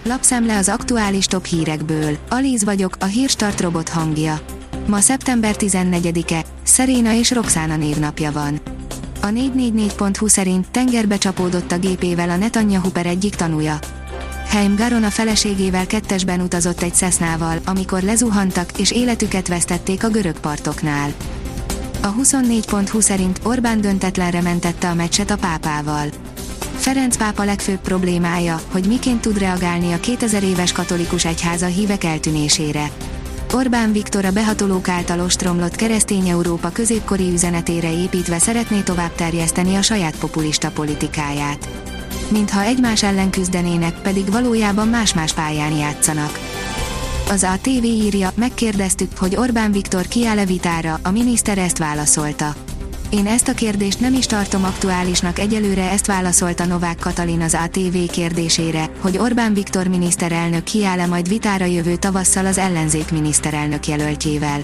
Lapszemle az aktuális top hírekből. Alíz vagyok, a Hírstart robot hangja. Ma szeptember 14-e, Szeréna és Roxana névnapja van. A 444.hu szerint tengerbe csapódott a gépével a Netanyahu per egyik tanúja. Haim Garon a feleségével kettesben utazott egy Cessnával, amikor lezuhantak és életüket vesztették a görög partoknál. A 24.hu szerint Orbán döntetlenre mentette a meccset a pápával. Ferenc pápa legfőbb problémája, hogy miként tud reagálni a 2000 éves katolikus egyháza hívek eltűnésére. Orbán Viktor a behatolók által ostromlott keresztény Európa középkori üzenetére építve szeretné tovább terjeszteni a saját populista politikáját. Mintha egymás ellen küzdenének, pedig valójában más-más pályán játszanak. Az ATV írja, megkérdeztük, hogy Orbán Viktor kiáll-e vitára, a miniszter ezt válaszolta. Én ezt a kérdést nem is tartom aktuálisnak, egyelőre ezt válaszolta Novák Katalin az ATV kérdésére, hogy Orbán Viktor miniszterelnök kiáll-e majd vitára jövő tavasszal az ellenzék miniszterelnök jelöltjével.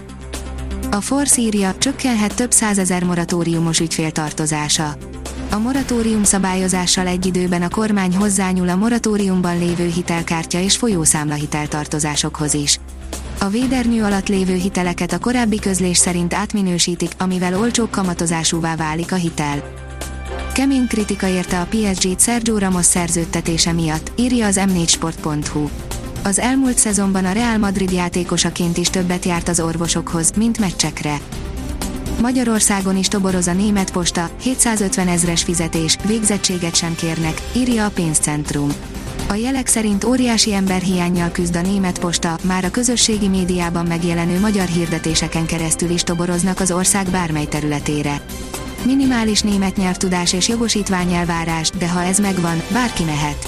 A Force írja, csökkenhet több százezer moratóriumos ügyfél tartozása. A moratórium szabályozással egy időben a kormány hozzányúl a moratóriumban lévő hitelkártya és folyószámla hiteltartozásokhoz is. A védernyő alatt lévő hiteleket a korábbi közlés szerint átminősítik, amivel olcsóbb kamatozásúvá válik a hitel. Kemény kritika érte a PSG-t Sergio Ramos szerződtetése miatt, írja az m4sport.hu. Az elmúlt szezonban a Real Madrid játékosaként is többet járt az orvosokhoz, mint meccsekre. Magyarországon is toboroz a német posta, 750 000-es fizetés, végzettséget sem kérnek, írja a pénzcentrum. A jelek szerint óriási emberhiánnyal küzd a német posta, már a közösségi médiában megjelenő magyar hirdetéseken keresztül is toboroznak az ország bármely területére. Minimális német nyelvtudás és jogosítványelvárás, de ha ez megvan, bárki mehet.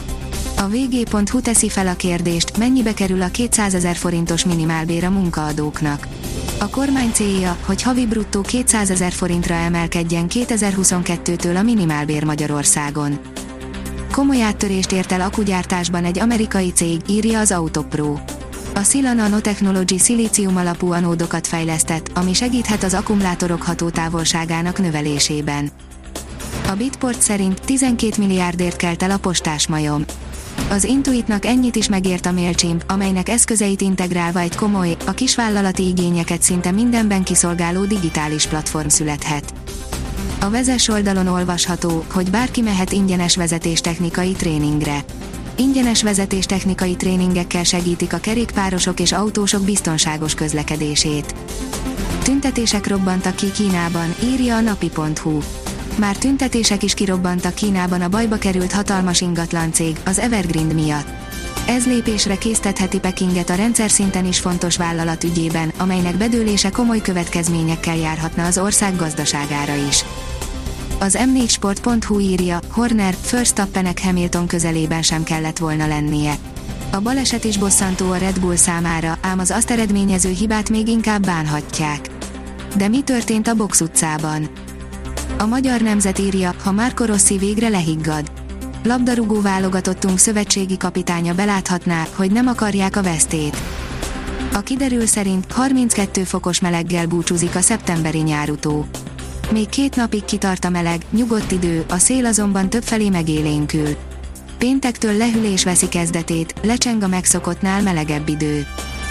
A vg.hu teszi fel a kérdést, mennyibe kerül a 200 000 forintos minimálbér a munkaadóknak. A kormány célja, hogy havi bruttó 200 000 forintra emelkedjen 2022-től a minimálbér Magyarországon. Komoly áttörést ért el akugyártásban egy amerikai cég, írja az Autopro. A Sila Nanotechnology szilícium alapú anódokat fejlesztett, ami segíthet az akkumulátorok hatótávolságának növelésében. A Bitport szerint 12 milliárdért kelt el a postás majom. Az Intuitnak ennyit is megért a Mailchimp, amelynek eszközeit integrálva egy komoly, a kisvállalati igényeket szinte mindenben kiszolgáló digitális platform születhet. A Vezess oldalon olvasható, hogy bárki mehet ingyenes vezetéstechnikai tréningre. Ingyenes vezetéstechnikai tréningekkel segítik a kerékpárosok és autósok biztonságos közlekedését. Tüntetések robbantak ki Kínában, írja a napi.hu. Már tüntetések is kirobbantak Kínában a bajba került hatalmas ingatlancég, az Evergrande miatt. Ez lépésre késztetheti Pekinget a rendszer szinten is fontos vállalat ügyében, amelynek bedőlése komoly következményekkel járhatna az ország gazdaságára is. Az m4sport.hu írja, Horner, Verstappenek Hamilton közelében sem kellett volna lennie. A baleset is bosszantó a Red Bull számára, ám az azt eredményező hibát még inkább bánhatják. De mi történt a box utcában? A Magyar Nemzet írja, ha Marco Rossi végre lehiggad. Labdarúgó válogatottunk szövetségi kapitánya beláthatná, hogy nem akarják a vesztét. A kiderül szerint 32 fokos meleggel búcsúzik a szeptemberi nyárutó. Még 2 napig kitart a meleg, nyugodt idő, a szél azonban többfelé megélénkül. Péntektől lehűlés veszi kezdetét, lecseng a megszokottnál melegebb idő.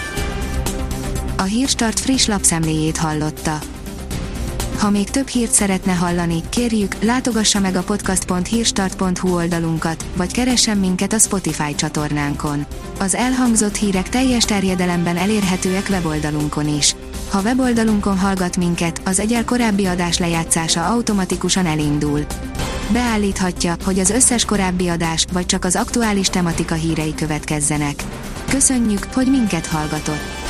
A Hírstart friss lapszemléjét hallotta. Ha még több hírt szeretne hallani, kérjük, látogassa meg a podcast.hírstart.hu oldalunkat, vagy keressen minket a Spotify csatornánkon. Az elhangzott hírek teljes terjedelemben elérhetőek weboldalunkon is. Ha weboldalunkon hallgat minket, az egyel korábbi adás lejátszása automatikusan elindul. Beállíthatja, hogy az összes korábbi adás, vagy csak az aktuális tematika hírei következzenek. Köszönjük, hogy minket hallgatott!